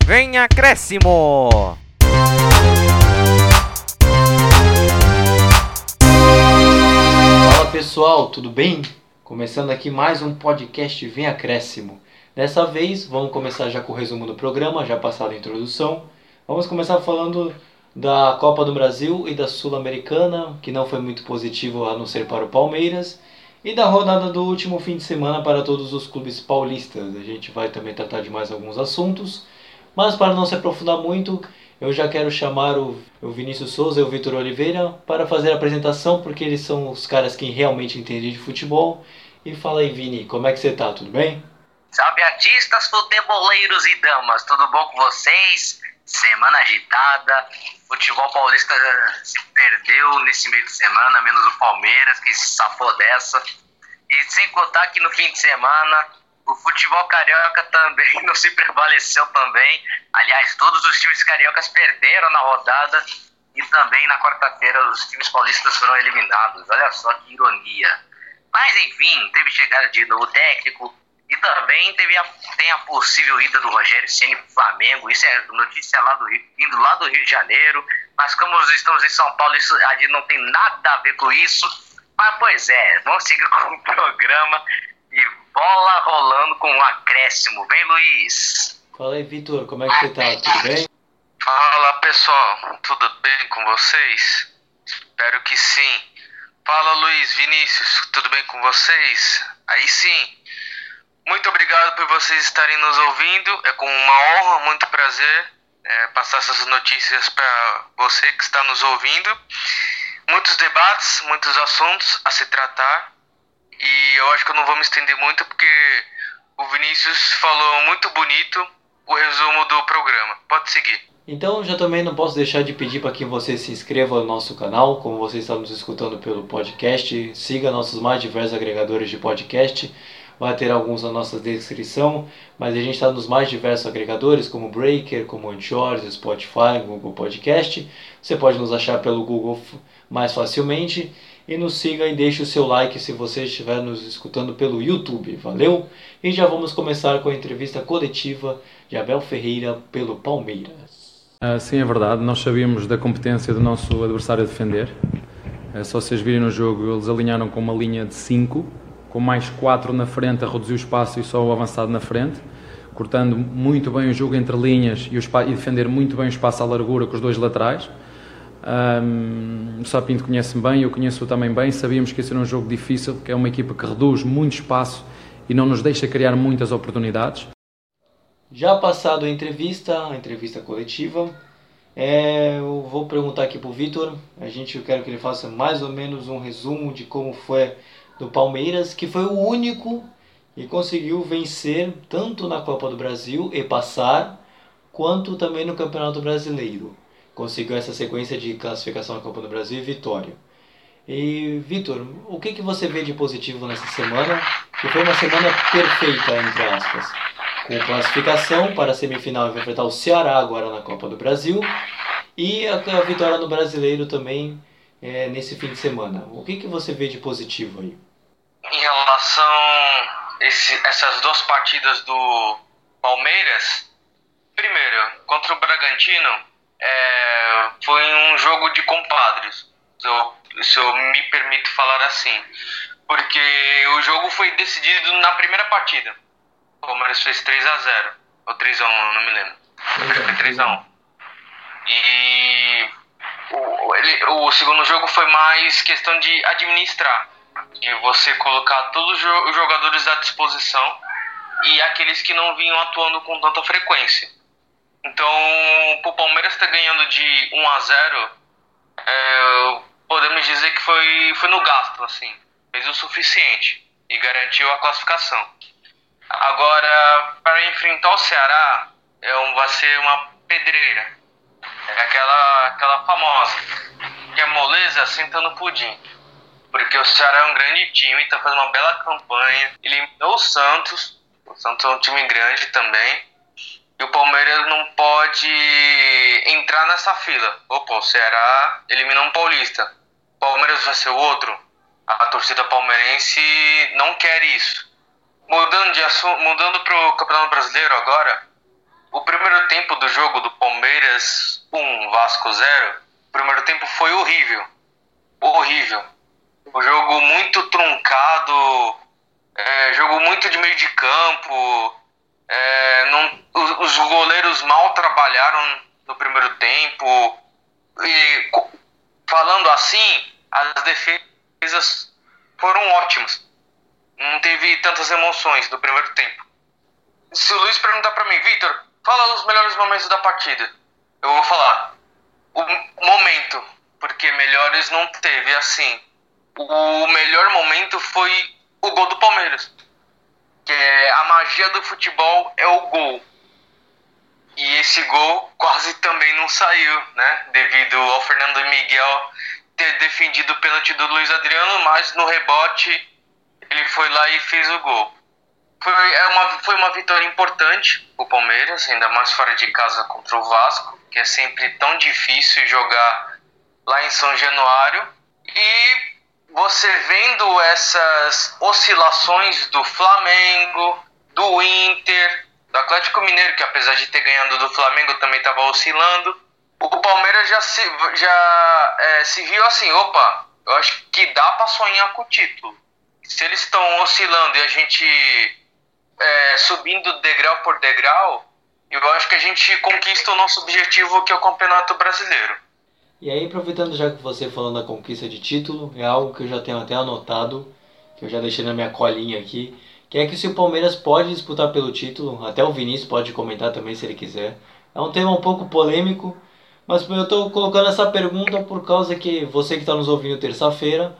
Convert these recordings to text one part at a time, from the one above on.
Vem acréscimo! Fala pessoal, tudo bem? Começando aqui mais um podcast Vem Acréscimo. Dessa vez vamos começar já com o resumo do programa, já passada a introdução. Vamos começar falando da Copa do Brasil e da Sul-Americana, que não foi muito positivo a não ser para o Palmeiras. E da rodada do último fim de semana para todos os clubes paulistas. A gente vai também tratar de mais alguns assuntos. Mas para não se aprofundar muito, eu já quero chamar o Vinícius Souza e o Vitor Oliveira para fazer a apresentação, porque eles são os caras que realmente entendem de futebol. E fala aí, Vini, como é que você tá? Tudo bem? Salve artistas, futeboleiros e damas, tudo bom com vocês? Semana agitada, futebol paulista se perdeu nesse meio de semana, menos o Palmeiras, que se safou dessa. E sem contar que no fim de semana, o futebol carioca também não se prevaleceu também. Aliás, todos os times cariocas perderam na rodada e também na quarta-feira os times paulistas foram eliminados. Olha só que ironia. Mas enfim, teve chegada de novo técnico. E também tem a possível ida do Rogério Ceni para o Flamengo. Isso é notícia vindo lá do Rio de Janeiro. Mas como nós estamos em São Paulo, isso, a gente não tem nada a ver com isso. Mas pois é, vamos seguir com o programa. E bola rolando com um acréscimo. Vem, Luiz. Fala aí, Vitor, como é que você tá? Tudo bem? Fala pessoal, tudo bem com vocês? Espero que sim. Fala Luiz, Vinícius, tudo bem com vocês? Aí sim. Muito obrigado por vocês estarem nos ouvindo. É com uma honra, muito prazer passar essas notícias para você que está nos ouvindo. Muitos debates, muitos assuntos a se tratar. E eu acho que eu não vou me estender muito porque o Vinícius falou muito bonito o resumo do programa. Pode seguir. Então, já também não posso deixar de pedir para que você se inscreva no nosso canal, como você está nos escutando pelo podcast. Siga nossos mais diversos agregadores de podcast. Vai ter alguns na nossa descrição, mas a gente está nos mais diversos agregadores, como Breaker, como Anchor, Spotify, Google Podcast. Você pode nos achar pelo Google mais facilmente. E nos siga e deixe o seu like se você estiver nos escutando pelo YouTube. Valeu? E já vamos começar com a entrevista coletiva de Abel Ferreira pelo Palmeiras. Sim, é verdade. Nós sabíamos da competência do nosso adversário a defender. Se vocês virem no jogo, eles alinharam com uma linha de 5, com mais 4 na frente a reduzir o espaço e só o avançado na frente, cortando muito bem o jogo entre linhas e defender muito bem o espaço à largura com os dois laterais. O Sapinto conhece-me bem, eu conheço-o também bem. Sabíamos que ia ser um jogo difícil, que é uma equipa que reduz muito espaço e não nos deixa criar muitas oportunidades. Já passado a entrevista coletiva, eu vou perguntar aqui para o Vitor. Eu quero que ele faça mais ou menos um resumo de como foi do Palmeiras, que foi o único e conseguiu vencer tanto na Copa do Brasil e passar, quanto também no Campeonato Brasileiro. Conseguiu essa sequência de classificação na Copa do Brasil e vitória. E, Vitor, o que você vê de positivo nessa semana? Que foi uma semana perfeita, entre aspas. Com classificação para a semifinal, vai enfrentar o Ceará agora na Copa do Brasil. E a vitória no Brasileiro também nesse fim de semana. O que você vê de positivo aí? Em relação a essas duas partidas do Palmeiras, primeiro, contra o Bragantino, foi um jogo de compadres, se eu me permito falar assim, porque o jogo foi decidido na primeira partida. O Palmeiras fez 3-0 ou 3-1, não me lembro. Foi 3-1. E o segundo jogo foi mais questão de administrar, de você colocar todos os jogadores à disposição e aqueles que não vinham atuando com tanta frequência. Então, o Palmeiras está ganhando de 1-0, podemos dizer que foi no gasto, assim. Fez o suficiente e garantiu a classificação. Agora, para enfrentar o Ceará, vai ser uma pedreira. É aquela famosa, que é moleza senta no pudim. Porque o Ceará é um grande time, está fazendo uma bela campanha. Eliminou o Santos é um time grande também. E o Palmeiras não pode entrar nessa fila. Opa, o Ceará eliminou um paulista. O Palmeiras vai ser o outro. A torcida palmeirense não quer isso. Mudando para o Campeonato Brasileiro agora, o primeiro tempo do do jogo do Palmeiras 1, Vasco 0, o primeiro tempo foi horrível. Horrível. O jogo muito truncado, jogo muito de meio de campo, os goleiros mal trabalharam no primeiro tempo. E falando assim, as defesas foram ótimas. Não teve tantas emoções no primeiro tempo. Se o Luiz perguntar pra mim, Vitor, fala os melhores momentos da partida, eu vou falar o momento, porque melhores não teve. Assim, o melhor momento foi o gol do Palmeiras, que a magia do futebol é o gol. E esse gol quase também não saiu, né? Devido ao Fernando Miguel ter defendido o pênalti do Luiz Adriano, mas no rebote ele foi lá e fez o gol. Foi uma vitória importante para o Palmeiras, ainda mais fora de casa contra o Vasco, que é sempre tão difícil jogar lá em São Januário. E você vendo essas oscilações do Flamengo, do Inter, do Atlético Mineiro, que apesar de ter ganhado do Flamengo também estava oscilando, o Palmeiras já se viu assim, opa, eu acho que dá para sonhar com o título. Se eles estão oscilando e a gente subindo degrau por degrau, eu acho que a gente conquista o nosso objetivo, que é o Campeonato Brasileiro. E aí, aproveitando já que você falando da conquista de título, é algo que eu já tenho até anotado, que eu já deixei na minha colinha aqui, que é que se o Palmeiras pode disputar pelo título, até o Vinícius pode comentar também se ele quiser. É um tema um pouco polêmico, mas eu estou colocando essa pergunta por causa que você que está nos ouvindo terça-feira,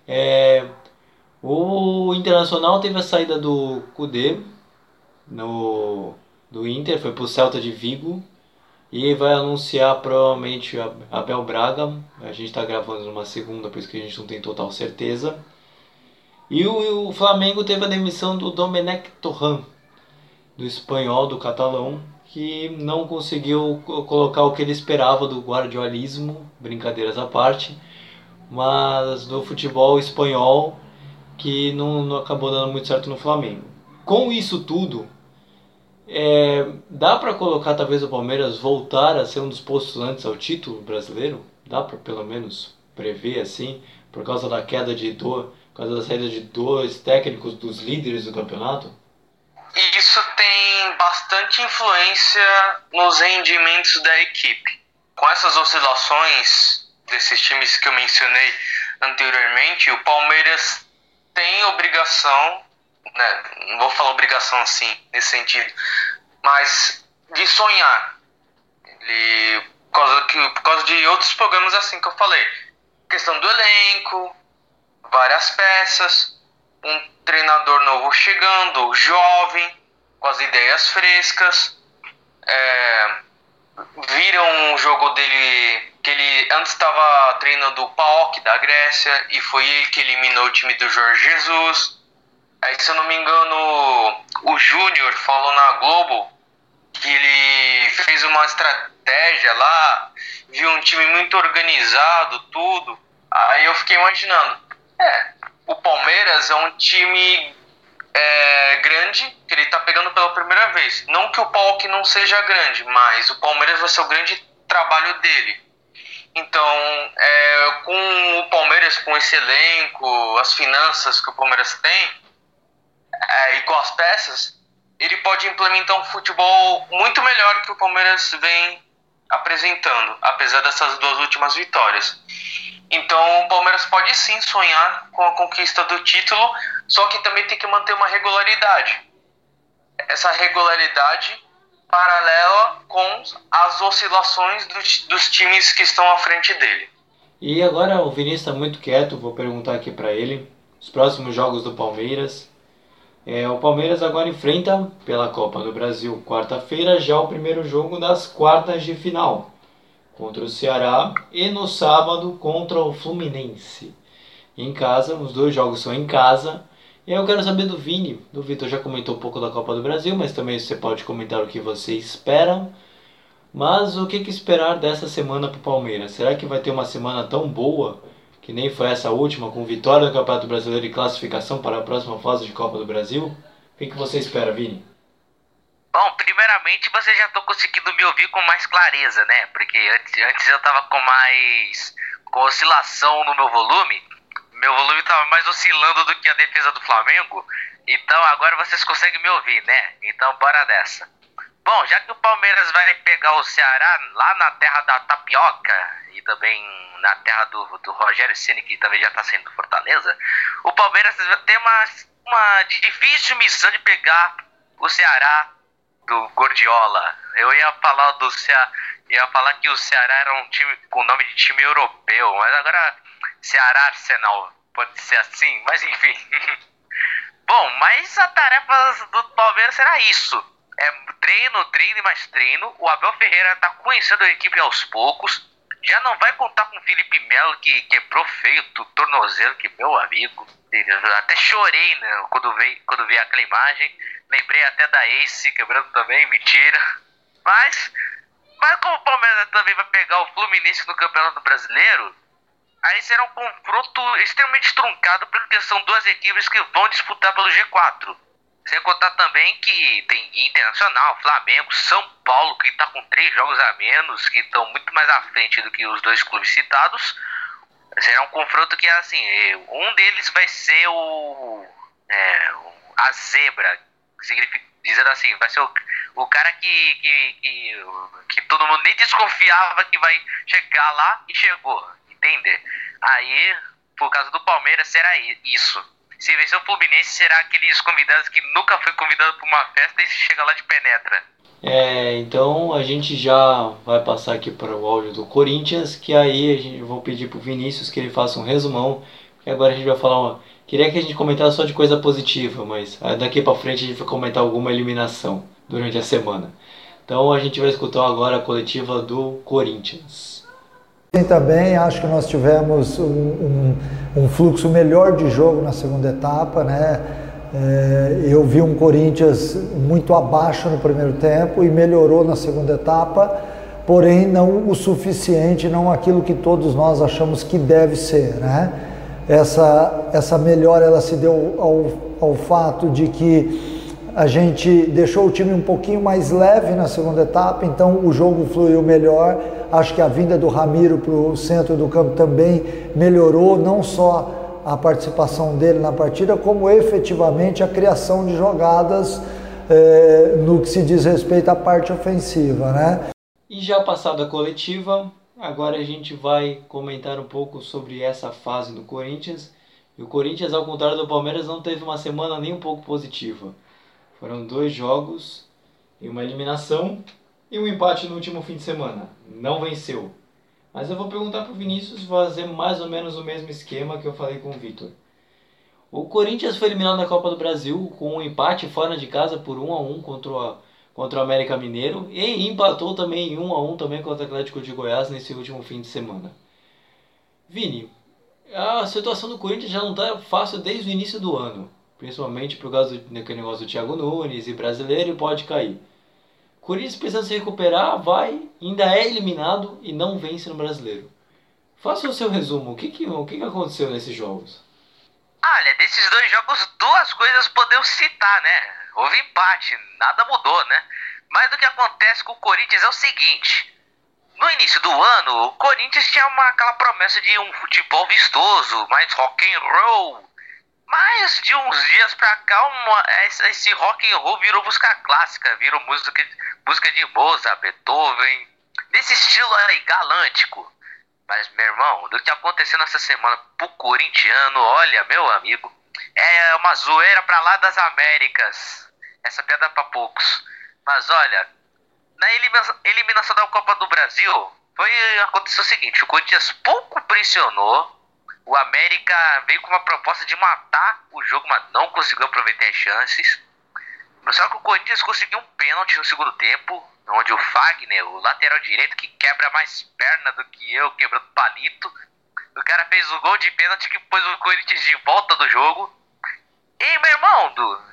o Internacional teve a saída do Kudê do Inter, foi para o Celta de Vigo, e vai anunciar provavelmente Abel Braga. A gente está gravando numa segunda, por isso que a gente não tem total certeza. E o Flamengo teve a demissão do Domenech Torrent, do espanhol, do catalão, que não conseguiu colocar o que ele esperava do guardiolismo, brincadeiras à parte, mas do futebol espanhol, que não acabou dando muito certo no Flamengo. Com isso tudo, dá para colocar talvez o Palmeiras voltar a ser um dos postulantes ao título brasileiro? Dá para pelo menos prever assim, por causa da queda por causa da saída de dois técnicos dos líderes do campeonato? Isso tem bastante influência nos rendimentos da equipe. Com essas oscilações desses times que eu mencionei anteriormente, o Palmeiras tem obrigação, né, não vou falar obrigação assim, nesse sentido, mas de sonhar. Por causa de outros programas assim que eu falei. Questão do elenco, várias peças, um treinador novo chegando, jovem, com as ideias frescas. Viram um jogo dele, que ele antes estava treinando o PAOK da Grécia, e foi ele que eliminou o time do Jorge Jesus. Aí, se eu não me engano, o Júnior falou na Globo que ele fez uma estratégia lá, viu um time muito organizado, tudo. Aí eu fiquei imaginando, o Palmeiras é um time grande, que ele tá pegando pela primeira vez. Não que o PAOK não seja grande, mas o Palmeiras vai ser o grande trabalho dele. Então, com o Palmeiras, com esse elenco, as finanças que o Palmeiras tem, e com as peças, ele pode implementar um futebol muito melhor que o Palmeiras vem apresentando, apesar dessas duas últimas vitórias. Então o Palmeiras pode sim sonhar com a conquista do título, só que também tem que manter uma regularidade. Essa regularidade paralela com as oscilações dos times que estão à frente dele. E agora o Vinícius está muito quieto, vou perguntar aqui para ele os próximos jogos do Palmeiras. O Palmeiras agora enfrenta pela Copa do Brasil, quarta-feira, já o primeiro jogo das quartas de final, contra o Ceará, e no sábado contra o Fluminense. Em casa, os dois jogos são em casa. E aí eu quero saber do Vini, do Vitor já comentou um pouco da Copa do Brasil, mas também você pode comentar o que você espera. Mas o que esperar dessa semana para o Palmeiras? Será que vai ter uma semana tão boa que nem foi essa última, com vitória no Campeonato Brasileiro e classificação para a próxima fase de Copa do Brasil? O que você espera, Vini? Bom, primeiramente vocês já estão conseguindo me ouvir com mais clareza, né? Porque antes eu tava com oscilação no meu volume. Meu volume tava mais oscilando do que a defesa do Flamengo. Então agora vocês conseguem me ouvir, né? Então bora dessa. Bom, já que o Palmeiras vai pegar o Ceará lá na terra da tapioca e também na terra do Rogério Ceni, que também já tá saindo do Fortaleza, o Palmeiras tem uma difícil missão de pegar o Ceará do Guardiola. Eu ia falar que o Ceará era um time com nome de time europeu, mas agora Ceará Arsenal pode ser assim, mas enfim. Bom, mas a tarefa do Palmeiras será isso. É treino e mais treino. O Abel Ferreira tá conhecendo a equipe aos poucos. Já não vai contar com o Felipe Melo, que quebrou feio do tornozelo, que meu amigo. Eu até chorei, né, quando vi aquela imagem. Lembrei até da Ace quebrando também, mentira. Mas como o Palmeiras também vai pegar o Fluminense no Campeonato Brasileiro, aí será um confronto extremamente truncado, porque são duas equipes que vão disputar pelo G4. Sem contar também que tem Internacional, Flamengo, São Paulo, que está com 3 jogos a menos, que estão muito mais à frente do que os dois clubes citados. Será um confronto que, assim, um deles vai ser a zebra, significa, dizendo assim, vai ser o cara que todo mundo nem desconfiava que vai chegar lá e chegou, entende? Aí, por causa do Palmeiras, será isso. Se vencer o Fluminense, será aqueles convidados que nunca foi convidado para uma festa e chega lá de penetra. Então a gente já vai passar aqui para o áudio do Corinthians, que aí eu vou pedir pro Vinícius que ele faça um resumão, porque agora a gente vai falar queria que a gente comentasse só de coisa positiva, mas daqui para frente a gente vai comentar alguma eliminação durante a semana. Então a gente vai escutar agora a coletiva do Corinthians. Também acho que nós tivemos um fluxo melhor de jogo na segunda etapa, né? Eu vi um Corinthians muito abaixo no primeiro tempo e melhorou na segunda etapa, porém não o suficiente, não aquilo que todos nós achamos que deve ser, né? Essa melhora ela se deu ao fato de que a gente deixou o time um pouquinho mais leve na segunda etapa, então o jogo fluiu melhor. Acho que a vinda do Ramiro para o centro do campo também melhorou, não só a participação dele na partida, como efetivamente a criação de jogadas no que se diz respeito à parte ofensiva, né? E já passada a coletiva, agora a gente vai comentar um pouco sobre essa fase do Corinthians. E o Corinthians, ao contrário do Palmeiras, não teve uma semana nem um pouco positiva. Foram 2 jogos e uma eliminação e um empate no último fim de semana. Não venceu. Mas eu vou perguntar para o Vinícius fazer mais ou menos o mesmo esquema que eu falei com o Vitor. O Corinthians foi eliminado da Copa do Brasil com um empate fora de casa por 1-1 contra o América Mineiro e empatou também em 1-1 também contra o Atlético de Goiás nesse último fim de semana. Vini, a situação do Corinthians já não está fácil desde o início do ano. Principalmente por causa daquele negócio do Thiago Nunes e brasileiro, pode cair. Corinthians precisando se recuperar, ainda é eliminado e não vence no brasileiro. Faça o seu resumo, o que aconteceu nesses jogos? Olha, desses 2 jogos, 2 coisas podemos citar, né? Houve empate, nada mudou, né? Mas o que acontece com o Corinthians é o seguinte: no início do ano, o Corinthians tinha aquela promessa de um futebol vistoso, mais rock and roll. Mas de uns dias pra cá, esse rock and roll virou música clássica, virou música de Mozart, Beethoven, desse estilo aí, galântico. Mas, meu irmão, do que aconteceu nessa semana pro corintiano, olha, meu amigo, é uma zoeira pra lá das Américas. Essa piada é pra poucos. Mas olha, na eliminação da Copa do Brasil, aconteceu o seguinte: o Corinthians pouco pressionou. O América veio com uma proposta de matar o jogo, mas não conseguiu aproveitar as chances. Só que o Corinthians conseguiu um pênalti no segundo tempo, onde o Fagner, o lateral direito, que quebra mais perna do que eu, quebrando palito, o cara fez o gol de pênalti que pôs o Corinthians de volta do jogo. E, meu irmão,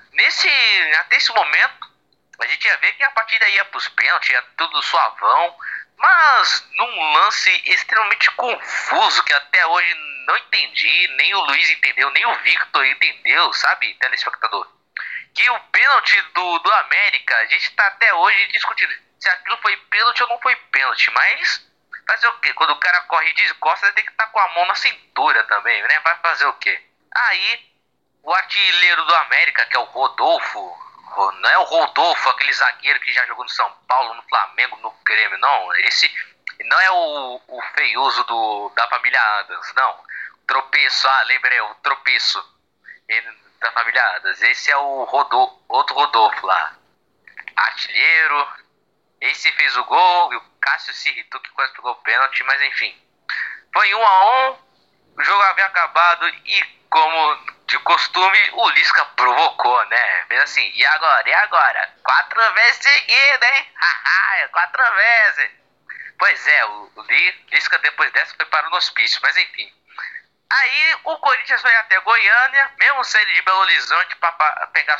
até esse momento, a gente ia ver que a partida ia pros pênaltis, ia tudo suavão. Mas num lance extremamente confuso, que até hoje não entendi, nem o Luiz entendeu, nem o Victor entendeu, sabe, telespectador? que o pênalti do América, a gente tá até hoje discutindo se aquilo foi pênalti ou não foi pênalti, mas fazer o quê? Quando o cara corre de costas, ele tem que estar com a mão na cintura também, né? Vai fazer o quê? Aí, o artilheiro do América, que é o Rodolfo, não é o Rodolfo, aquele zagueiro que já jogou no São Paulo, no Flamengo, no Grêmio, não. Esse não é o feioso da família Adams, não. Tropeço, lembrei, o tropeço da família Adams. Esse é o outro Rodolfo lá. Artilheiro. Esse fez o gol e o Cássio se irritou que quase pegou o pênalti, mas enfim. Foi 1-1, o jogo havia acabado e, como de costume, o Lisca provocou, né? Fez assim, e agora? 4 vezes seguida, hein? 4 vezes. Pois é, o Lisca depois dessa foi para o hospício, mas enfim. Aí o Corinthians foi até Goiânia, mesmo saindo de Belo Horizonte, para pegar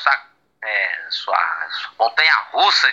sua montanha-russa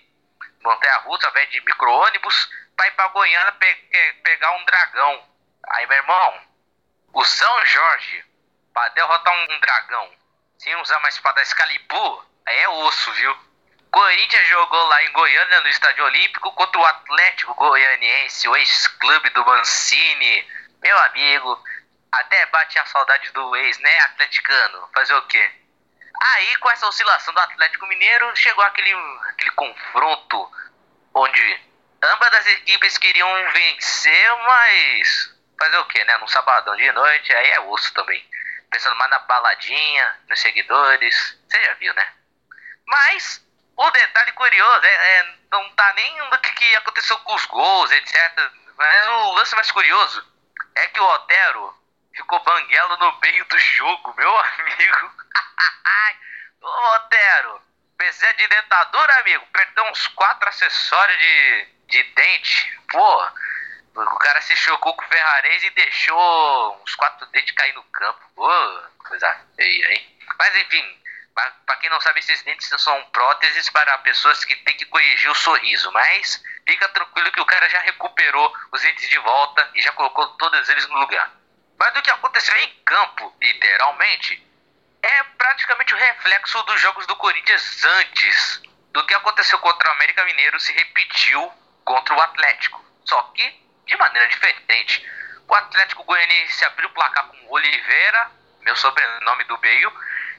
ao invés de micro-ônibus, para ir para Goiânia pegar um dragão. Aí, meu irmão, o São Jorge, para derrotar um dragão, sem usar uma espada Excalibur, aí é osso, viu? Corinthians jogou lá em Goiânia, no Estádio Olímpico, contra o Atlético Goianiense, o ex-clube do Mancini. Meu amigo, até bate a saudade do ex, né, atleticano? Fazer o quê? Aí, com essa oscilação do Atlético Mineiro, chegou aquele confronto onde ambas as equipes queriam vencer, mas fazer o quê, né? Num sabadão de noite, aí é osso também. Pensando mais na baladinha, nos seguidores, você já viu, né? Mas o detalhe curioso não tá nem no que aconteceu com os gols, etc. Mas o lance mais curioso é que o Otero ficou banguelo no meio do jogo, meu amigo. Ô, Otero, precisa de dentadura, amigo? Perdeu uns 4 acessórios de dente. Pô, o cara se chocou com o Ferrarese e deixou uns 4 dentes cair no campo. Pô, coisa feia, hein? Mas enfim, pra quem não sabe, esses dentes são próteses para pessoas que têm que corrigir o sorriso. Mas fica tranquilo que o cara já recuperou os dentes de volta e já colocou todos eles no lugar. Mas do que aconteceu em campo, literalmente, é praticamente o reflexo dos jogos do Corinthians antes. Do que aconteceu contra o América Mineiro se repetiu contra o Atlético. Só que de maneira diferente. O Atlético Goianiense abriu o placar com o Oliveira, meu sobrenome do meio,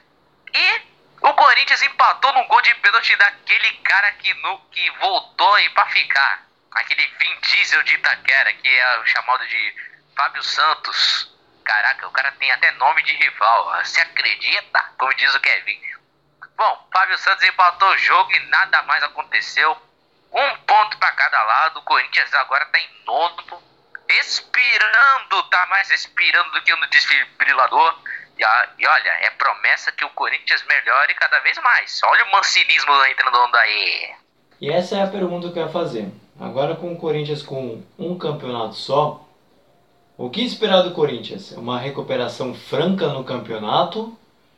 e o Corinthians empatou num gol de pênalti daquele cara que voltou aí pra ficar. Aquele Vin Diesel de Itaquera, que é chamado de Fábio Santos. Caraca, o cara tem até nome de rival. Você acredita? Como diz o Kevin. Bom, Fábio Santos empatou o jogo e nada mais aconteceu. 1 ponto para cada lado. O Corinthians agora tá em 9º. Expirando, tá mais respirando do que no desfibrilador. E olha, é promessa que o Corinthians melhore cada vez mais. Olha o mancinismo entrando aí. E essa é a pergunta que eu ia fazer. Agora com o Corinthians com um campeonato só, o que esperar do Corinthians? Uma recuperação franca no campeonato?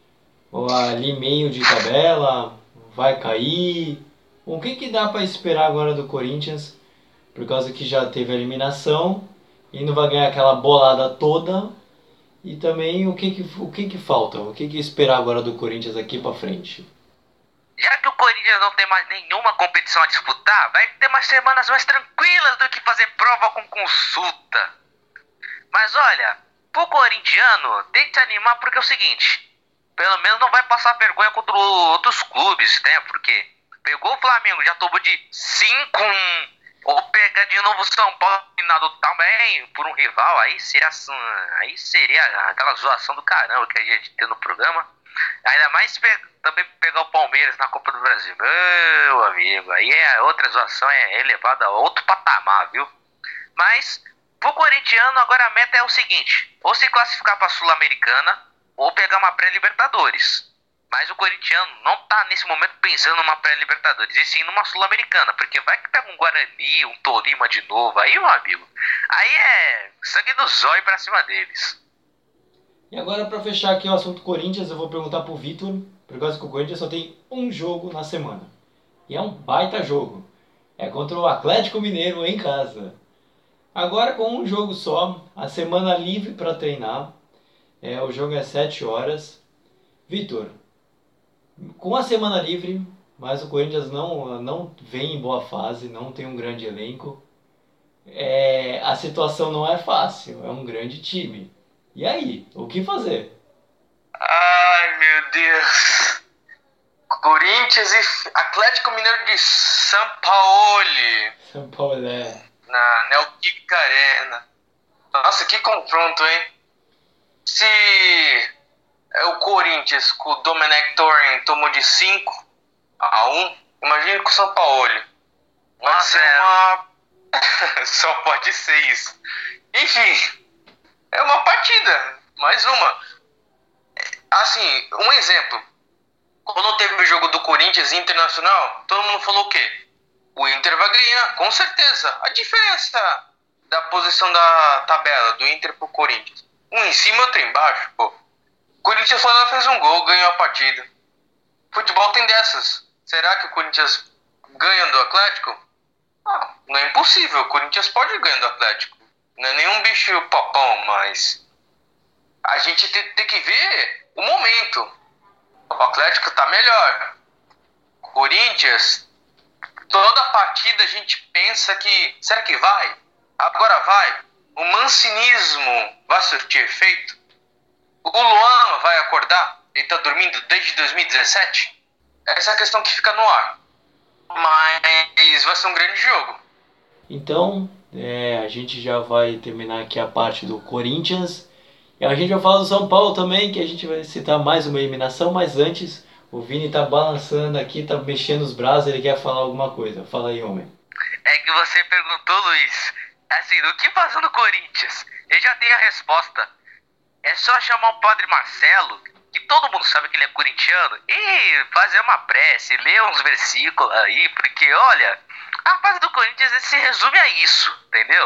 Ou ali meio de tabela? Vai cair? O que dá para esperar agora do Corinthians? Por causa que já teve a eliminação e não vai ganhar aquela bolada toda. E também o que falta? O que esperar agora do Corinthians aqui para frente? Já que o Corinthians não tem mais nenhuma competição a disputar, vai ter umas semanas mais tranquilas do que fazer prova com consulta. Mas olha, pro corintiano, tem que se animar porque é o seguinte, pelo menos não vai passar vergonha contra outros clubes, né? Porque pegou o Flamengo, já tomou de 5-1, ou pega de novo o São Paulo eliminado também por um rival, aí seria aquela zoação do caramba que a gente tem no programa. Ainda mais também pegar o Palmeiras na Copa do Brasil, meu amigo, aí outra zoação, é elevada a outro patamar, viu? Mas pro corintiano agora a meta é o seguinte, ou se classificar para a Sul-Americana ou pegar uma pré-Libertadores. Mas o corintiano não tá nesse momento pensando numa pré-Libertadores, e sim numa Sul-Americana, porque vai que pega um Guarani, um Tolima de novo, aí, meu amigo, aí é sangue no zóio pra cima deles. E agora, para fechar aqui o assunto Corinthians, eu vou perguntar pro Vitor, por causa que o Corinthians só tem um jogo na semana. E é um baita jogo. É contra o Atlético Mineiro em casa. Agora, com um jogo só, a semana livre para treinar. O jogo é 7 horas. Vitor, Com a semana livre, mas o Corinthians não vem em boa fase, não tem um grande elenco. A situação não é fácil, é um grande time. E aí, o que fazer? Ai, meu Deus. Corinthians e Atlético Mineiro de São Paulo. São Paulo Na Neoquímica Arena. Nossa, que confronto, hein? Se o Corinthians com o Domenech Torrent tomou de 5-1, imagina com o São Paulo. Vai ser uma... Só pode ser isso. Enfim, é uma partida. Mais uma. Assim, um exemplo. Quando teve o jogo do Corinthians Internacional, todo mundo falou o quê? O Inter vai ganhar, com certeza. A diferença da posição da tabela do Inter pro Corinthians. Um em cima e outro embaixo, pô. O Corinthians só fez um gol, ganhou a partida. Futebol tem dessas. Será que o Corinthians ganha do Atlético? Não é impossível. O Corinthians pode ganhar do Atlético. Não é nenhum bicho papão, mas a gente tem que ver o momento. O Atlético tá melhor. Corinthians, toda partida a gente pensa que... Será que vai? Agora vai. O mancinismo vai surtir efeito? O Luan vai acordar? Ele tá dormindo desde 2017? Essa é a questão que fica no ar. Mas vai ser um grande jogo. Então, a gente já vai terminar aqui a parte do Corinthians. E a gente vai falar do São Paulo também, que a gente vai citar mais uma eliminação. Mas antes, o Vini tá balançando aqui, tá mexendo os braços, ele quer falar alguma coisa. Fala aí, homem. É que você perguntou, Luiz, assim, do que passou no Corinthians? Eu já tenho a resposta. É só chamar o Padre Marcelo, que todo mundo sabe que ele é corintiano, e fazer uma prece, ler uns versículos aí, porque, olha, a fase do Corinthians se resume a isso, entendeu?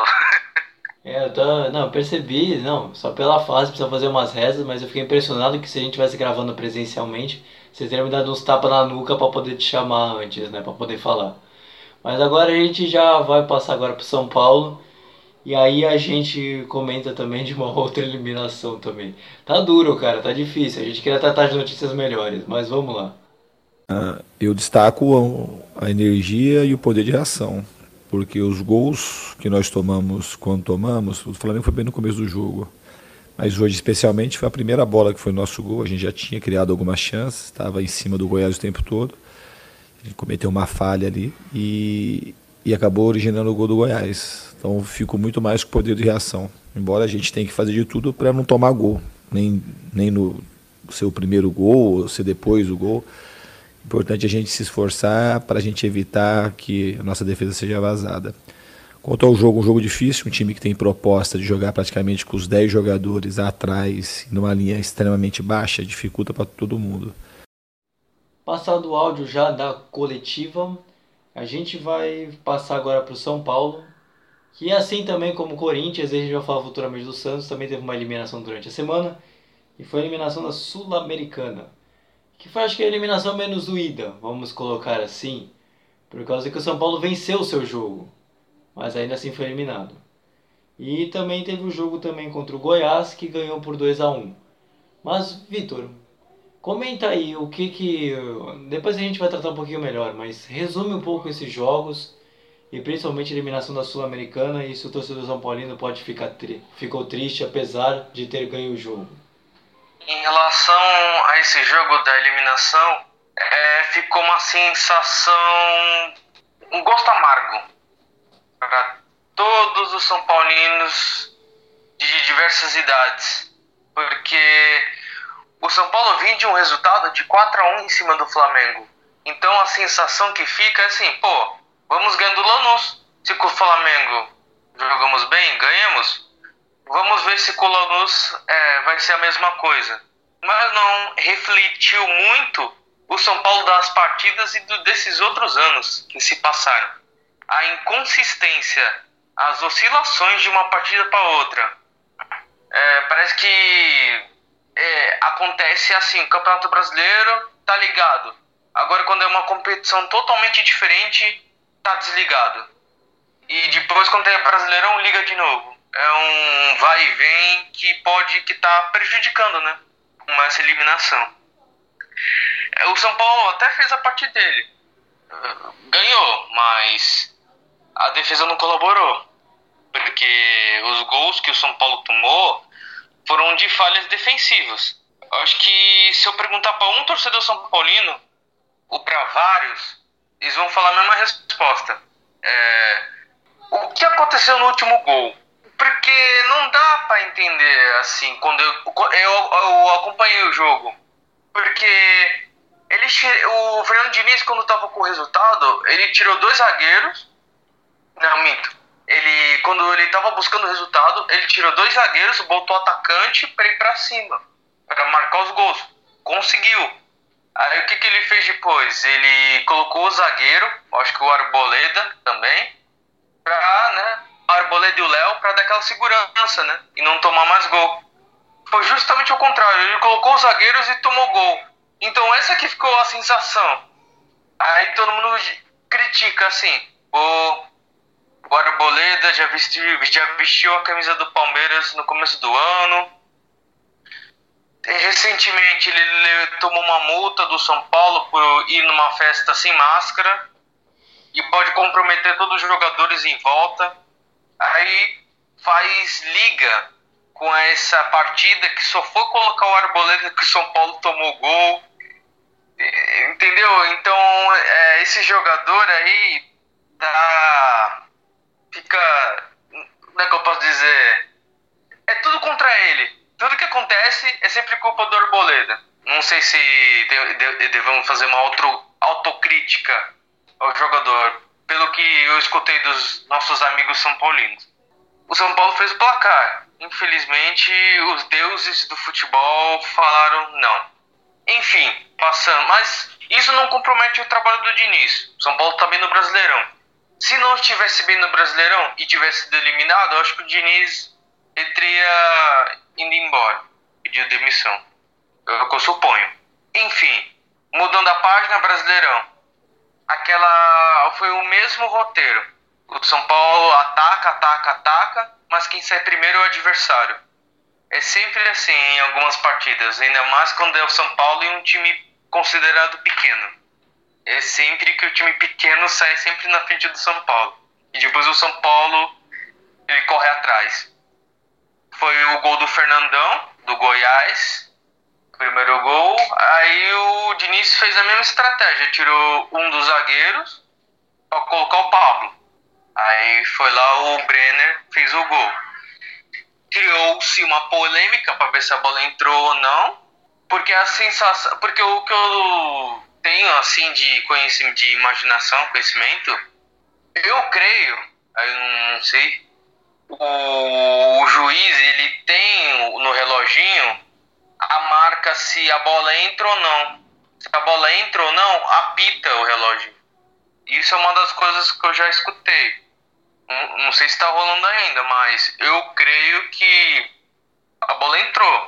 Eu percebi, só pela fase precisa fazer umas rezas, mas eu fiquei impressionado que se a gente estivesse gravando presencialmente, vocês teriam me dado uns tapas na nuca pra poder te chamar antes, né, pra poder falar. Mas agora a gente já vai passar agora pro São Paulo, e aí a gente comenta também de uma outra eliminação também. Tá duro, cara, tá difícil, a gente queria tratar de notícias melhores, mas vamos lá. Eu destaco a energia e o poder de reação, porque os gols que nós tomamos quando tomamos, o Flamengo foi bem no começo do jogo, mas hoje especialmente foi a primeira bola que foi nosso gol. A gente já tinha criado algumas chances, estava em cima do Goiás o tempo todo, a gente cometeu uma falha ali e acabou originando o gol do Goiás. Então fico muito mais com o poder de reação, embora a gente tenha que fazer de tudo para não tomar gol, nem no ser o primeiro gol ou ser depois o gol. Importante a gente se esforçar para a gente evitar que a nossa defesa seja vazada. Quanto ao jogo, um jogo difícil, um time que tem proposta de jogar praticamente com os 10 jogadores atrás, numa linha extremamente baixa, dificulta para todo mundo. Passado o áudio já da coletiva, a gente vai passar agora para o São Paulo, que assim também como o Corinthians, a gente vai falar futuramente do Santos, também teve uma eliminação durante a semana, e foi a eliminação da Sul-Americana. Que foi, acho que, a eliminação menos doída, vamos colocar assim, por causa que o São Paulo venceu o seu jogo, mas ainda assim foi eliminado. E também teve o jogo também contra o Goiás, que ganhou por 2-1. Mas, Vitor, comenta aí o que... Depois a gente vai tratar um pouquinho melhor, mas resume um pouco esses jogos, e principalmente a eliminação da Sul-Americana, e se o torcedor São Paulino pode ficou triste, apesar de ter ganho o jogo. Em relação a esse jogo da eliminação, ficou uma sensação, um gosto amargo para todos os São Paulinos de diversas idades, porque o São Paulo vinha de um resultado de 4-1 em cima do Flamengo. Então a sensação que fica é assim, vamos ganhando o Lanús. Se com o Flamengo jogamos bem, ganhamos, vamos ver se com o Lanús vai ser a mesma coisa. Mas não refletiu muito o São Paulo das partidas e desses outros anos que se passaram. A inconsistência, as oscilações de uma partida para outra. Parece que acontece assim, o Campeonato Brasileiro tá ligado. Agora quando é uma competição totalmente diferente, tá desligado. E depois quando é Brasileirão, liga de novo. É um vai e vem que tá prejudicando, né? Com essa eliminação. O São Paulo até fez a parte dele. Ganhou, mas a defesa não colaborou. Porque os gols que o São Paulo tomou foram de falhas defensivas. Eu acho que se eu perguntar para um torcedor são paulino, ou para vários, eles vão falar a mesma resposta. O que aconteceu no último gol? Porque não dá para entender assim, quando eu acompanhei o jogo. Porque o Fernando Diniz, quando estava com o resultado, ele tirou 2 zagueiros. Não, minto. Quando ele estava buscando o resultado, ele tirou 2 zagueiros, botou o atacante para ir para cima, para marcar os gols. Conseguiu. Aí o que ele fez depois? Ele colocou o zagueiro, acho que o Arboleda também, o Arboleda e o Léo, para dar aquela segurança, né? E não tomar mais gol. Foi justamente o contrário. Ele colocou os zagueiros e tomou gol. Então essa que ficou a sensação. Aí todo mundo critica assim. O Arboleda já vestiu a camisa do Palmeiras no começo do ano. Recentemente ele tomou uma multa do São Paulo por ir numa festa sem máscara. E pode comprometer todos os jogadores em volta. Aí liga com essa partida que só foi colocar o Arboleda que o São Paulo tomou gol. Entendeu? Então esse jogador aí fica, como é que eu posso dizer, é tudo contra ele. Tudo que acontece é sempre culpa do Arboleda. Não sei se devemos fazer uma autocrítica ao jogador, pelo que eu escutei dos nossos amigos são paulinos. O São Paulo fez o placar. Infelizmente, os deuses do futebol falaram não. Enfim, passando. Mas isso não compromete o trabalho do Diniz. O São Paulo está bem no Brasileirão. Se não estivesse bem no Brasileirão e tivesse sido eliminado, eu acho que o Diniz teria ido embora. Pediu demissão. É o que eu suponho. Enfim, mudando a página, Brasileirão. Foi o mesmo roteiro. O São Paulo ataca, mas quem sai primeiro é o adversário. É sempre assim em algumas partidas, ainda mais quando é o São Paulo e um time considerado pequeno. É sempre que o time pequeno sai sempre na frente do São Paulo. E depois o São Paulo ele corre atrás. Foi o gol do Fernandão, do Goiás, primeiro gol. Aí o Diniz fez a mesma estratégia, tirou um dos zagueiros para colocar o Pablo. Aí foi lá o Brenner, fez o gol. Criou-se uma polêmica para ver se a bola entrou ou não, porque a sensação, porque o que eu tenho assim de conhecimento, de imaginação, conhecimento, eu creio, eu não sei, o juiz ele tem no reloginho a marca se a bola entra ou não. Se a bola entra ou não, apita o relógio. Isso é uma das coisas que eu já escutei. Não sei se está rolando ainda, mas eu creio que a bola entrou.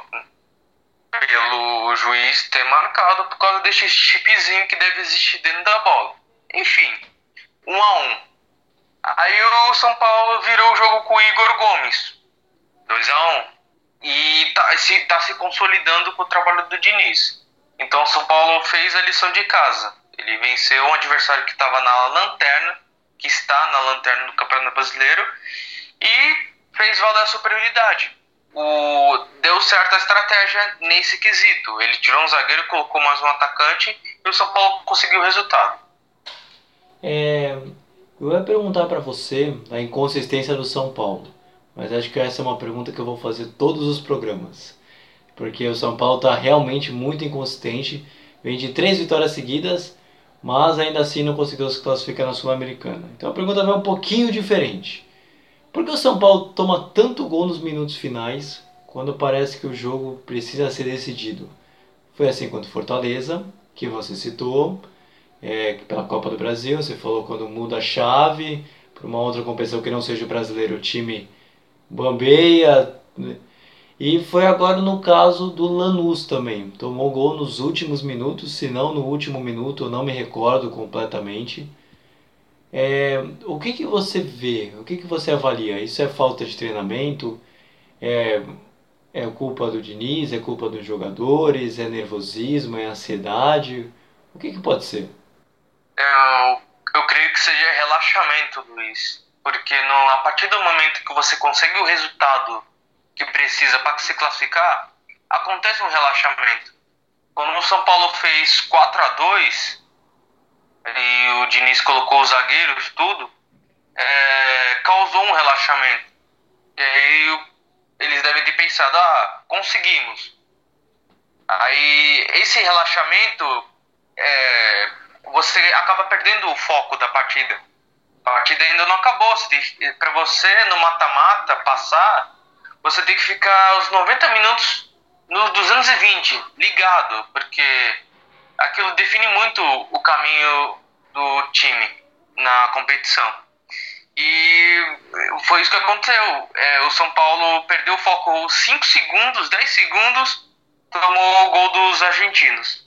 Pelo juiz ter marcado por causa desse chipzinho que deve existir dentro da bola. Enfim, 1-1. Aí o São Paulo virou o jogo com o Igor Gomes. 2-1. E tá se consolidando com o trabalho do Diniz. Então o São Paulo fez a lição de casa. Ele venceu um adversário que estava na lanterna, que está na lanterna do Campeonato Brasileiro, e fez valer a superioridade. Deu certa estratégia nesse quesito. Ele tirou um zagueiro, colocou mais um atacante e o São Paulo conseguiu o resultado. Eu ia perguntar para você a inconsistência do São Paulo, mas acho que essa é uma pergunta que eu vou fazer todos os programas, porque o São Paulo está realmente muito inconsistente. Vem de 3 vitórias seguidas, mas ainda assim não conseguiu se classificar na Sul-Americana. Então a pergunta vai um pouquinho diferente. Por que o São Paulo toma tanto gol nos minutos finais, quando parece que o jogo precisa ser decidido? Foi assim contra o Fortaleza, que você citou, pela Copa do Brasil. Você falou quando muda a chave para uma outra competição que não seja o brasileiro, o time bambeia. E foi agora no caso do Lanús também. Tomou gol nos últimos minutos, se não no último minuto, eu não me recordo completamente. O que você vê? O que você avalia? Isso é falta de treinamento? É É culpa do Diniz, é culpa dos jogadores, é nervosismo, é ansiedade? O que pode ser? Eu creio que seja relaxamento, Luiz. Porque a partir do momento que você consegue o resultado que precisa para se classificar, acontece um relaxamento. Quando o São Paulo fez 4-2 e o Diniz colocou os zagueiros, tudo, causou um relaxamento. E aí eles devem ter pensado, conseguimos. Aí esse relaxamento, você acaba perdendo o foco da partida. A partida ainda não acabou. Para você, no mata-mata, passar, você tem que ficar os 90 minutos no 220 ligado, porque aquilo define muito o caminho do time na competição. E foi isso que aconteceu. O São Paulo perdeu o foco 5 segundos, 10 segundos, tomou o gol dos argentinos.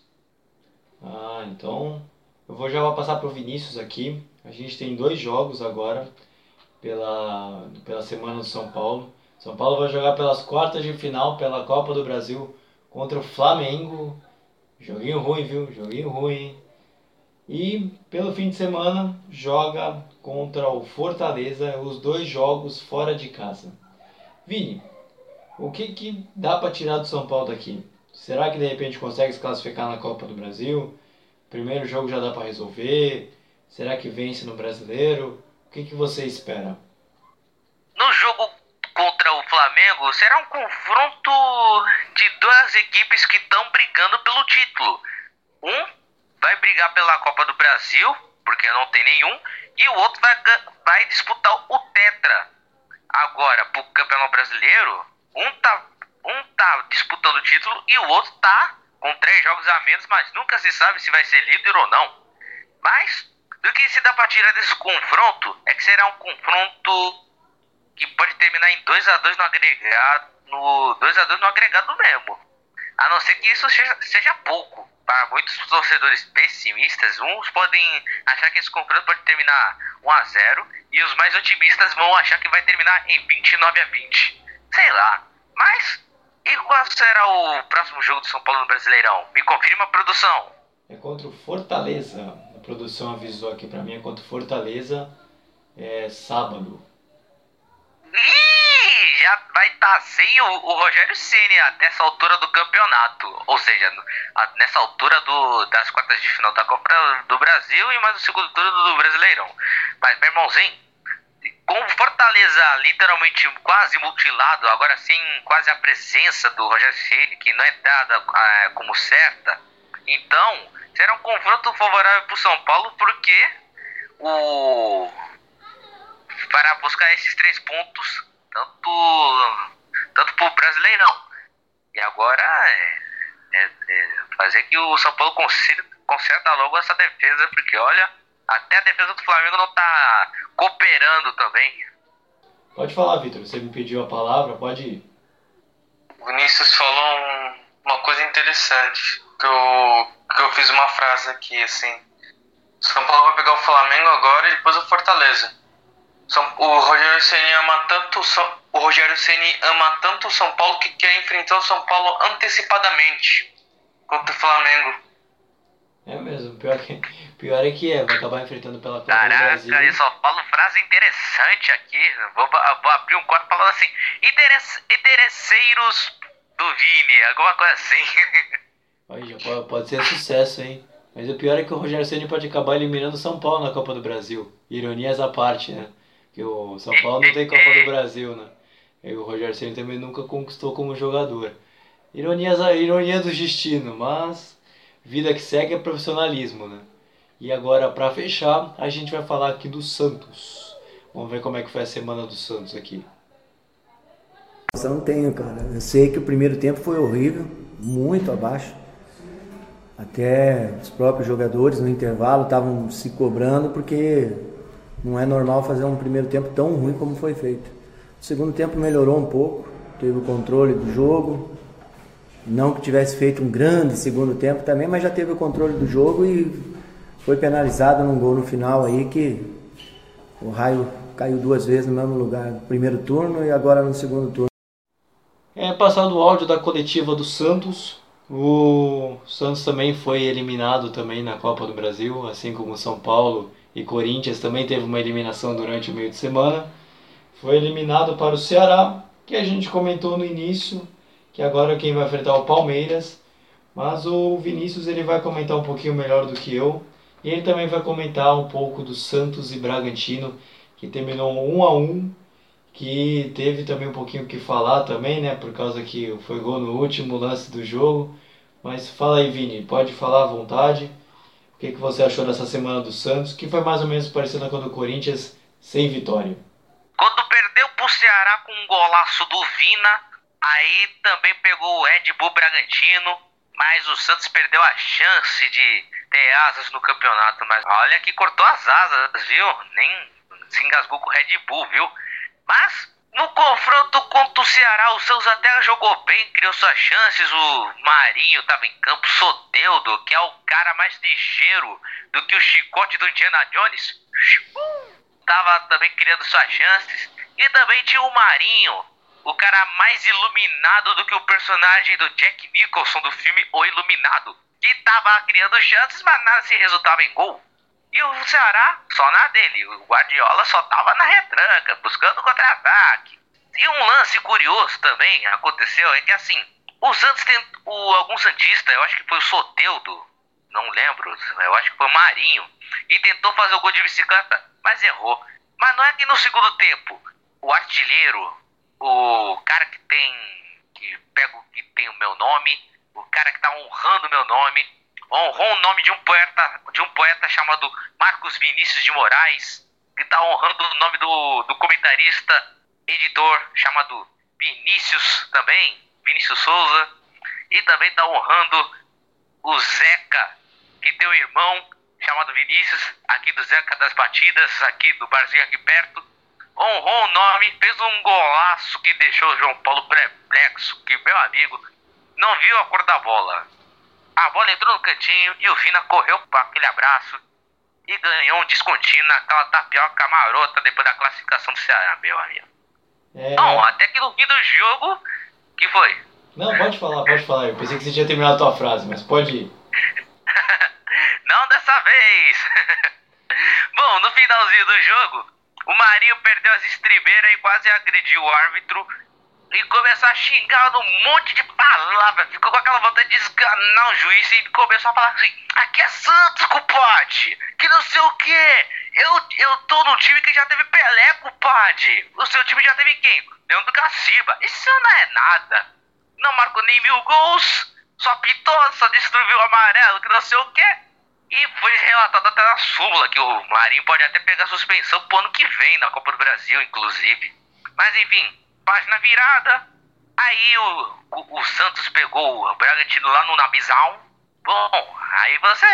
Então eu já vou passar para o Vinícius aqui. A gente tem 2 jogos agora pela semana do São Paulo. São Paulo vai jogar pelas quartas de final pela Copa do Brasil contra o Flamengo. Joguinho ruim, viu? Joguinho ruim. E pelo fim de semana joga contra o Fortaleza, os 2 jogos fora de casa. Vini, o que dá para tirar do São Paulo daqui? Será que de repente consegue se classificar na Copa do Brasil? Primeiro jogo já dá para resolver? Será que vence no Brasileiro? O que você espera? No jogo contra o Flamengo, será um confronto de 2 equipes que estão brigando pelo título. Um vai brigar pela Copa do Brasil, porque não tem nenhum, e o outro vai disputar o Tetra. Agora, pro Campeonato Brasileiro, um tá disputando o título e o outro tá com 3 jogos a menos, mas nunca se sabe se vai ser líder ou não. Mas, do que se dá pra tirar desse confronto, é que será um confronto que pode terminar em 2-2 no agregado, no 2-2 no agregado mesmo. A não ser que isso seja pouco. Para muitos torcedores pessimistas, uns podem achar que esse confronto pode terminar 1-0 e os mais otimistas vão achar que vai terminar em 29-20. Sei lá. Mas, e qual será o próximo jogo do São Paulo no Brasileirão? Me confirma, produção. É contra o Fortaleza. A produção avisou aqui pra mim, é contra o Fortaleza, sábado. Já vai estar sem o Rogério Ceni até essa altura do campeonato. Ou seja, nessa altura das quartas de final da Copa do Brasil e mais o segundo turno do Brasileirão. Mas, meu irmãozinho, com o Fortaleza literalmente quase mutilado, agora sem quase a presença do Rogério Ceni, que não é dada como certa, então será um confronto favorável para o São Paulo, porque para buscar esses 3 pontos, tanto pro Brasileirão. E agora fazer que o São Paulo conserta logo essa defesa, porque olha, até a defesa do Flamengo não tá cooperando também. Pode falar, Vitor, você me pediu a palavra, pode ir. O Vinícius falou uma coisa interessante, que eu fiz uma frase aqui, assim: São Paulo vai pegar o Flamengo agora e depois o Fortaleza. O Rogério Ceni ama tanto o São Paulo que quer enfrentar o São Paulo antecipadamente contra o Flamengo. É mesmo, pior é que vai acabar enfrentando pela Copa do Brasil. Caraca, São Paulo, frase interessante aqui. Vou abrir um quadro falando assim: interesseiros do Vini, alguma coisa assim. Olha, pode ser sucesso, hein? Mas o pior é que o Rogério Ceni pode acabar eliminando o São Paulo na Copa do Brasil. Ironias à parte, né? Que o São Paulo não tem Copa do Brasil, né? E o Rogério Ceni também nunca conquistou como jogador. Ironia do destino, mas vida que segue é profissionalismo, né? E agora, para fechar, a gente vai falar aqui do Santos. Vamos ver como é que foi a semana do Santos aqui. Eu não tenho, cara. Eu sei que o primeiro tempo foi horrível, muito abaixo. Até os próprios jogadores no intervalo estavam se cobrando, porque não é normal fazer um primeiro tempo tão ruim como foi feito. O segundo tempo melhorou um pouco, teve o controle do jogo. Não que tivesse feito um grande segundo tempo também, mas já teve o controle do jogo e foi penalizado num gol no final aí, que o Raio caiu 2 vezes no mesmo lugar, no primeiro turno e agora no segundo turno. passado o áudio da coletiva do Santos. O Santos também foi eliminado também na Copa do Brasil, assim como São Paulo e Corinthians também teve uma eliminação durante o meio de semana. Foi eliminado para o Ceará, que a gente comentou no início, que agora quem vai enfrentar é o Palmeiras. Mas o Vinícius ele vai comentar um pouquinho melhor do que eu. E ele também vai comentar um pouco do Santos e Bragantino, que terminou 1-1, que teve também um pouquinho o que falar também, né? Por causa que foi gol no último lance do jogo. Mas fala aí, Vini, pode falar à vontade. O que você achou dessa semana do Santos, que foi mais ou menos parecida com a do Corinthians, sem vitória? Quando perdeu pro Ceará com um golaço do Vina, aí também pegou o Red Bull Bragantino, mas o Santos perdeu a chance de ter asas no campeonato. Mas olha que cortou as asas, viu? Nem se engasgou com o Red Bull, viu? Mas no confronto contra o Ceará, o Santos até jogou bem, criou suas chances. O Marinho estava em campo, Soteldo, que é o cara mais ligeiro do que o chicote do Indiana Jones, tava também criando suas chances. E também tinha o Marinho, o cara mais iluminado do que o personagem do Jack Nicholson do filme O Iluminado, que tava criando chances, mas nada se resultava em gol. E o Ceará, só na dele. O Guardiola só tava na retranca, buscando contra-ataque. E um lance curioso também aconteceu, é que assim, o Santos tem algum santista, eu acho que foi o Soteldo, não lembro, eu acho que foi o Marinho, e tentou fazer o gol de bicicleta, mas errou. Mas não é que no segundo tempo, o artilheiro, o cara que tem o meu nome, o cara que tá honrando o meu nome, honrou o nome de um poeta chamado Marcos Vinícius de Moraes, que tá honrando o nome do comentarista, editor chamado Vinícius também, Vinícius Souza, e também tá honrando o Zeca, que tem um irmão chamado Vinícius, aqui do Zeca das Batidas, aqui do barzinho aqui perto. Honrou o nome, fez um golaço que deixou o João Paulo perplexo, que meu amigo não viu a cor da bola. A bola entrou no cantinho e o Vina correu para aquele abraço e ganhou um descontinho naquela tapioca marota depois da classificação do Ceará, meu amigo. Não, até que no fim do jogo, que foi? Não, pode falar. Eu pensei que você tinha terminado a tua frase, mas pode ir. Não dessa vez. Bom, no finalzinho do jogo, o Marinho perdeu as estribeiras e quase agrediu o árbitro e começou a xingar um monte de palavras. Ficou com aquela vontade de esganar o juiz e começou a falar assim: aqui é Santos, compadre, que não sei o que. Eu tô num time que já teve Pelé, compadre. O seu time já teve quem? Leandro Caciba. Isso não é nada. Não marcou nem 1000 gols, só pitou, só distribuiu o amarelo, que não sei o que. E foi relatado até na súmula que o Marinho pode até pegar suspensão pro ano que vem, na Copa do Brasil, inclusive. Mas enfim, página virada. Aí o Santos pegou o Bragantino lá no Nabizal. Bom, aí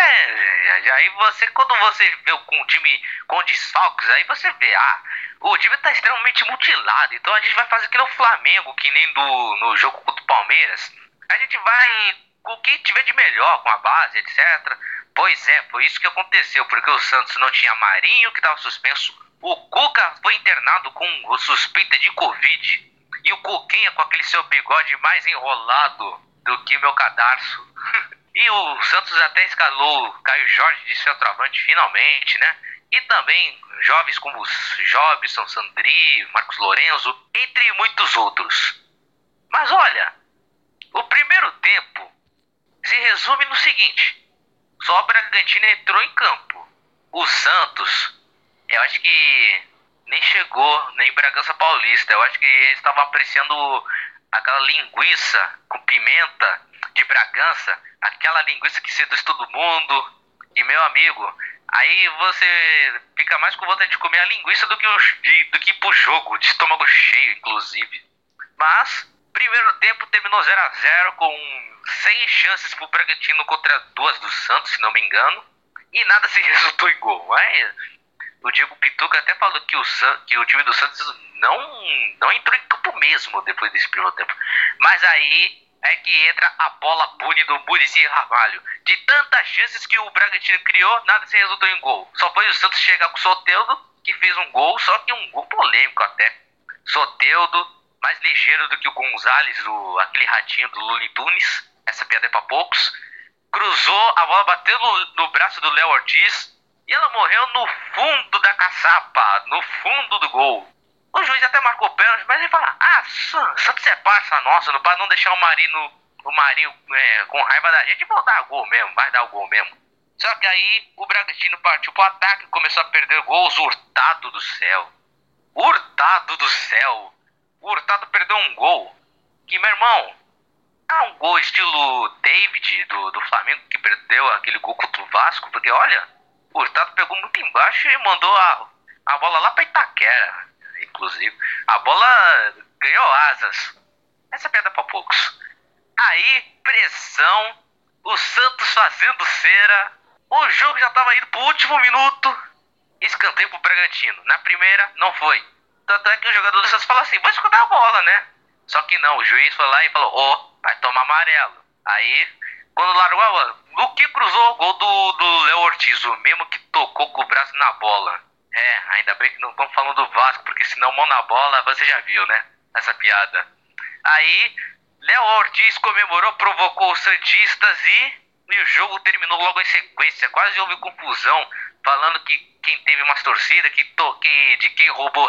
você, quando você vê com o time com desfalques, aí você vê, o time tá extremamente mutilado. Então a gente vai fazer que no Flamengo, que nem no jogo contra o Palmeiras. A gente vai com o que tiver de melhor, com a base, etc. Pois é, foi isso que aconteceu, porque o Santos não tinha Marinho, que estava suspenso. O Cuca foi internado com suspeita de Covid. E o Cuquinha com aquele seu bigode mais enrolado do que meu cadarço. E o Santos até escalou o Caio Jorge de centroavante finalmente, né? E também jovens como Jobson, Sandri, Marcos Lorenzo, entre muitos outros. Mas olha, o primeiro tempo se resume no seguinte: só o Bragantino entrou em campo. O Santos, eu acho que nem chegou nem em Bragança Paulista. Eu acho que eles estavam apreciando aquela linguiça com pimenta de Bragança, aquela linguiça que seduz todo mundo. E meu amigo, aí você fica mais com vontade de comer a linguiça do que ir pro jogo, de estômago cheio, inclusive. Mas primeiro tempo terminou 0-0 com 100 chances pro Bragantino contra 2 do Santos, se não me engano. E nada se resultou em gol. Mas o Diego Pituca até falou que o time do Santos não entrou em campo mesmo depois desse primeiro tempo. Mas aí é que entra a bola pune do Muricy Ramalho. De tantas chances que o Bragantino criou, nada se resultou em gol. Só foi o Santos chegar com o Soteldo, que fez um gol, só que um gol polêmico até. Soteldo, mais ligeiro do que o Gonzalez, aquele ratinho do Looney Tunes. Essa piada é pra poucos. Cruzou, a bola bateu no braço do Léo Ortiz e ela morreu no fundo da caçapa, no fundo do gol. O juiz até marcou pênalti, mas ele fala: Santos é parça nossa, para não deixar o Marinho com raiva da gente, vai dar gol mesmo, vai dar o gol mesmo. Só que aí o Bragantino partiu pro ataque, começou a perder gols. Hurtado do céu. O Hurtado perdeu um gol que, meu irmão, um gol estilo David do Flamengo, que perdeu aquele gol contra o Vasco, porque olha, o Hurtado pegou muito embaixo e mandou a bola lá pra Itaquera, inclusive. A bola ganhou asas. Essa é piada pra poucos. Aí, pressão, o Santos fazendo cera, o jogo já tava indo pro último minuto, escanteio pro Bragantino. Na primeira, não foi. Tanto é que o jogador do Santos falou assim: vou escutar a bola, né? Só que não, o juiz foi lá e falou: vai tomar amarelo. Aí, quando largou a bola, o que cruzou o gol do Léo Ortiz, o mesmo que tocou com o braço na bola. Ainda bem que não estamos falando do Vasco, porque senão mão na bola, você já viu, né? Essa piada. Aí, Léo Ortiz comemorou, provocou os santistas e o jogo terminou logo em sequência. Quase houve confusão, falando que quem teve umas torcidas, de quem roubou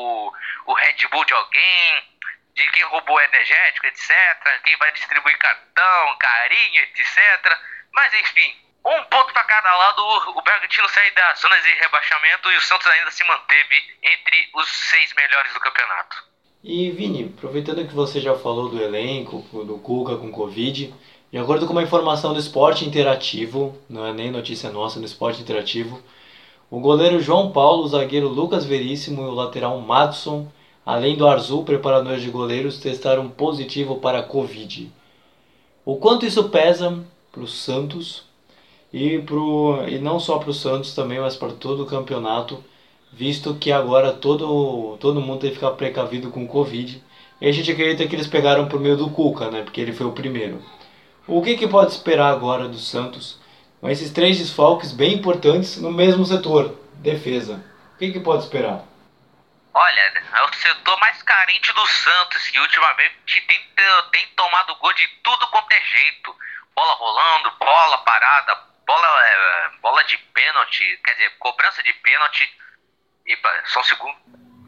o Red Bull de alguém, de quem roubou energético, etc. Quem vai distribuir cartão, carinho, etc. Mas enfim, um ponto para cada lado. O Bragantino saiu da zona de rebaixamento e o Santos ainda se manteve entre os 6 melhores do campeonato. E Vini, aproveitando que você já falou do elenco, do Cuca com Covid, de acordo com uma informação do Esporte Interativo, não é nem notícia nossa, do Esporte Interativo, o goleiro João Paulo, o zagueiro Lucas Veríssimo e o lateral Madson, além do Arzul, preparador de goleiros, testaram positivo para a Covid. O quanto isso pesa para o Santos e não só para o Santos também, mas para todo o campeonato, visto que agora todo mundo tem que ficar precavido com o Covid. E a gente acredita que eles pegaram por meio do Cuca, né? Porque ele foi o primeiro. O que pode esperar agora do Santos com esses 3 desfalques bem importantes no mesmo setor, defesa? O que pode esperar? Olha, é o setor mais carente do Santos, que ultimamente tem tomado gol de tudo quanto é jeito. Bola rolando, bola parada, bola de pênalti, quer dizer, cobrança de pênalti. Epa, só um segundo.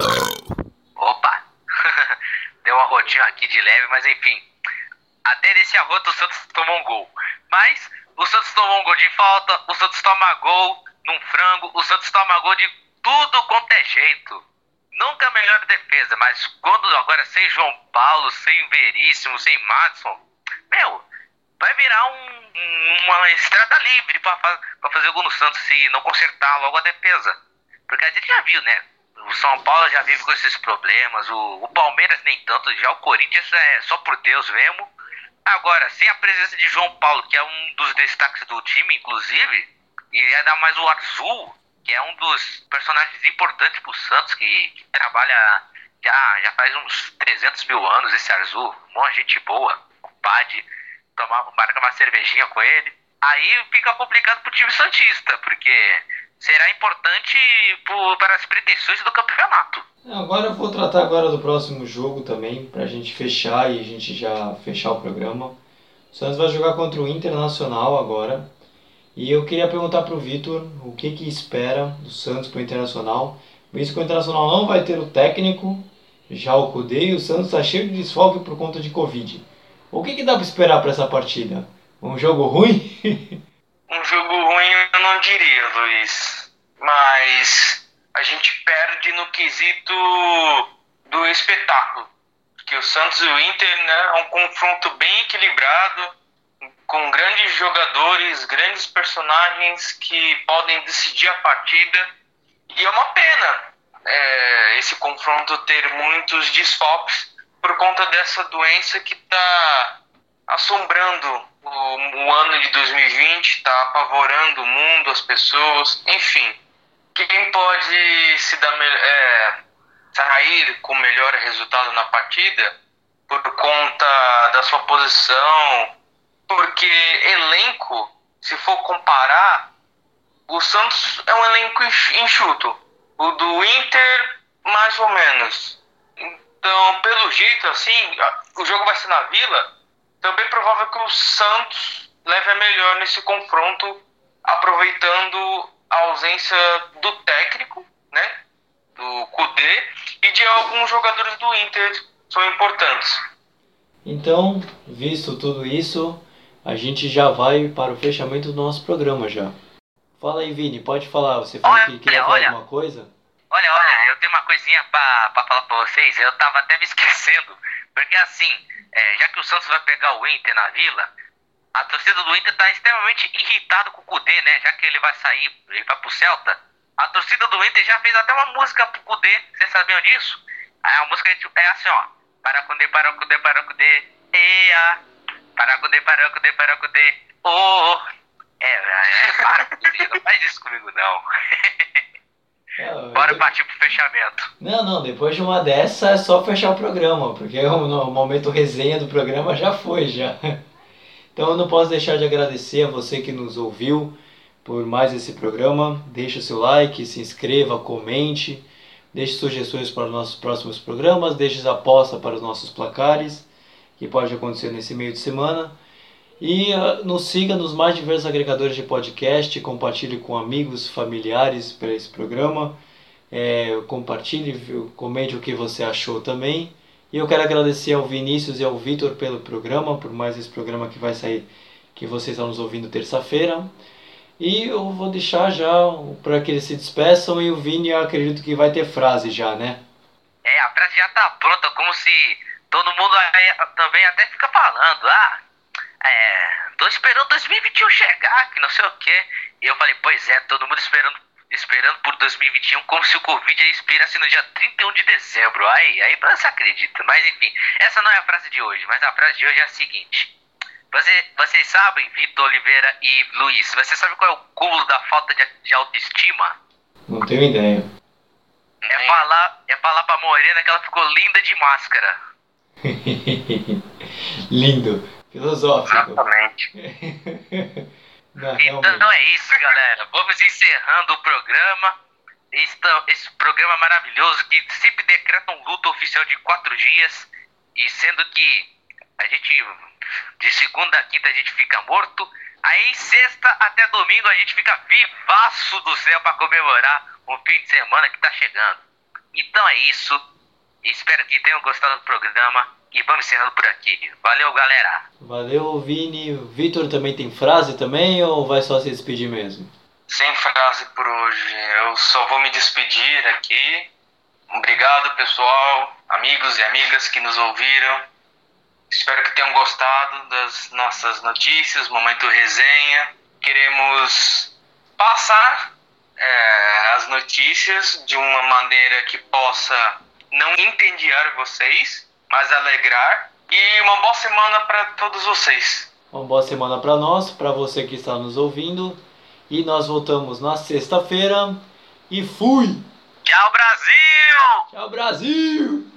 Opa! Deu um arrotinho aqui de leve, mas enfim. Até nesse arroto o Santos tomou um gol. Mas o Santos tomou um gol de falta, o Santos toma gol num frango, o Santos toma gol de tudo quanto é jeito. Nunca a melhor defesa, mas quando agora sem João Paulo, sem Veríssimo, sem Madson, vai virar uma estrada livre pra fazer gol no Santos se não consertar logo a defesa. Porque a gente já viu, né? O São Paulo já vive com esses problemas, o Palmeiras nem tanto, já o Corinthians é só por Deus mesmo. Agora, sem a presença de João Paulo, que é um dos destaques do time, inclusive, e ainda mais o Arzul, que é um dos personagens importantes pro Santos, que trabalha já faz uns 300 mil anos, esse Arzul, uma gente boa, compadre, marca uma cervejinha com ele. Aí fica complicado pro time santista, porque será importante para as pretensões do campeonato. Agora eu vou tratar agora do próximo jogo também, pra gente fechar e a gente já fechar o programa. O Santos vai jogar contra o Internacional agora. E eu queria perguntar pro Vitor o que espera do Santos pro Internacional, visto que o Internacional não vai ter o técnico, já o Cudê, e o Santos está cheio de desfalque por conta de Covid. O que dá para esperar para essa partida? Um jogo ruim? Um jogo ruim eu não diria, Luiz. Mas a gente perde no quesito do espetáculo. Porque o Santos e o Inter, né, é um confronto bem equilibrado, com grandes jogadores, grandes personagens que podem decidir a partida. E é uma pena esse confronto ter muitos desfalques por conta dessa doença que está assombrando o ano de 2020, está apavorando o mundo, as pessoas, enfim. Quem pode sair com o melhor resultado na partida por conta da sua posição, porque elenco, se for comparar, o Santos é um elenco enxuto. O do Inter, mais ou menos. Então, pelo jeito, assim, o jogo vai ser na Vila, então é bem provável que o Santos leve a melhor nesse confronto, aproveitando a ausência do técnico, né, do Kudê, e de alguns jogadores do Inter que são importantes. Então, visto tudo isso, a gente já vai para o fechamento do nosso programa já. Fala aí, Vini, pode falar. Você falou que queria falar alguma coisa? Olha, eu tenho uma coisinha pra falar pra vocês. Eu tava até me esquecendo. Porque assim, já que o Santos vai pegar o Inter na Vila, a torcida do Inter tá extremamente irritada com o Kudê, né? Já que ele vai sair, ele vai pro Celta. A torcida do Inter já fez até uma música pro Kudê. Vocês sabiam disso? Aí a música é assim, ó. Para Kudê, ea. Para Kudê, oh. Para Kudê, não faz isso comigo não. Bora partir pro fechamento. Não, depois de uma dessa é só fechar o programa, porque o momento resenha do programa já foi, já. Então eu não posso deixar de agradecer a você que nos ouviu por mais esse programa. Deixe o seu like, se inscreva, comente, deixe sugestões para os nossos próximos programas, deixe a aposta para os nossos placares, que pode acontecer nesse meio de semana. E nos siga nos mais diversos agregadores de podcast, compartilhe com amigos, familiares para esse programa, compartilhe, comente o que você achou também. E eu quero agradecer ao Vinícius e ao Vitor pelo programa, por mais esse programa que vai sair, que vocês estão nos ouvindo terça-feira. E eu vou deixar já para que eles se despeçam, e o Vini, eu acredito que vai ter frase já, né? A frase já tá pronta, como se todo mundo também até fica falando, tô esperando 2021 chegar, que não sei o que. E eu falei, pois é, todo mundo esperando por 2021, como se o Covid expirasse no dia 31 de dezembro. Aí você acredita. Mas enfim, essa não é a frase de hoje, mas a frase de hoje é a seguinte. Vocês sabem, Vitor Oliveira e Luiz, vocês sabem qual é o cúmulo da falta de autoestima? Não tenho ideia. É falar pra Morena que ela ficou linda de máscara. Lindo. Filosófico. Exatamente. Então é isso, galera. Vamos encerrando o programa. Esse programa maravilhoso que sempre decreta um luto oficial de 4 dias. E sendo que a gente, de segunda a quinta, a gente fica morto. Aí sexta até domingo a gente fica vivaço do céu para comemorar um fim de semana que tá chegando. Então é isso. Espero que tenham gostado do programa. E vamos encerrando por aqui. Valeu, galera. Valeu, Vini. O Vitor também tem frase também, ou vai só se despedir mesmo? Sem frase por hoje. Eu só vou me despedir aqui. Obrigado, pessoal, amigos e amigas que nos ouviram. Espero que tenham gostado das nossas notícias, momento resenha. Queremos passar as notícias de uma maneira que possa não entediar vocês, mas alegrar. E uma boa semana para todos vocês. Uma boa semana para nós, para você que está nos ouvindo. E nós voltamos na sexta-feira. E fui! Tchau, Brasil! Tchau, Brasil!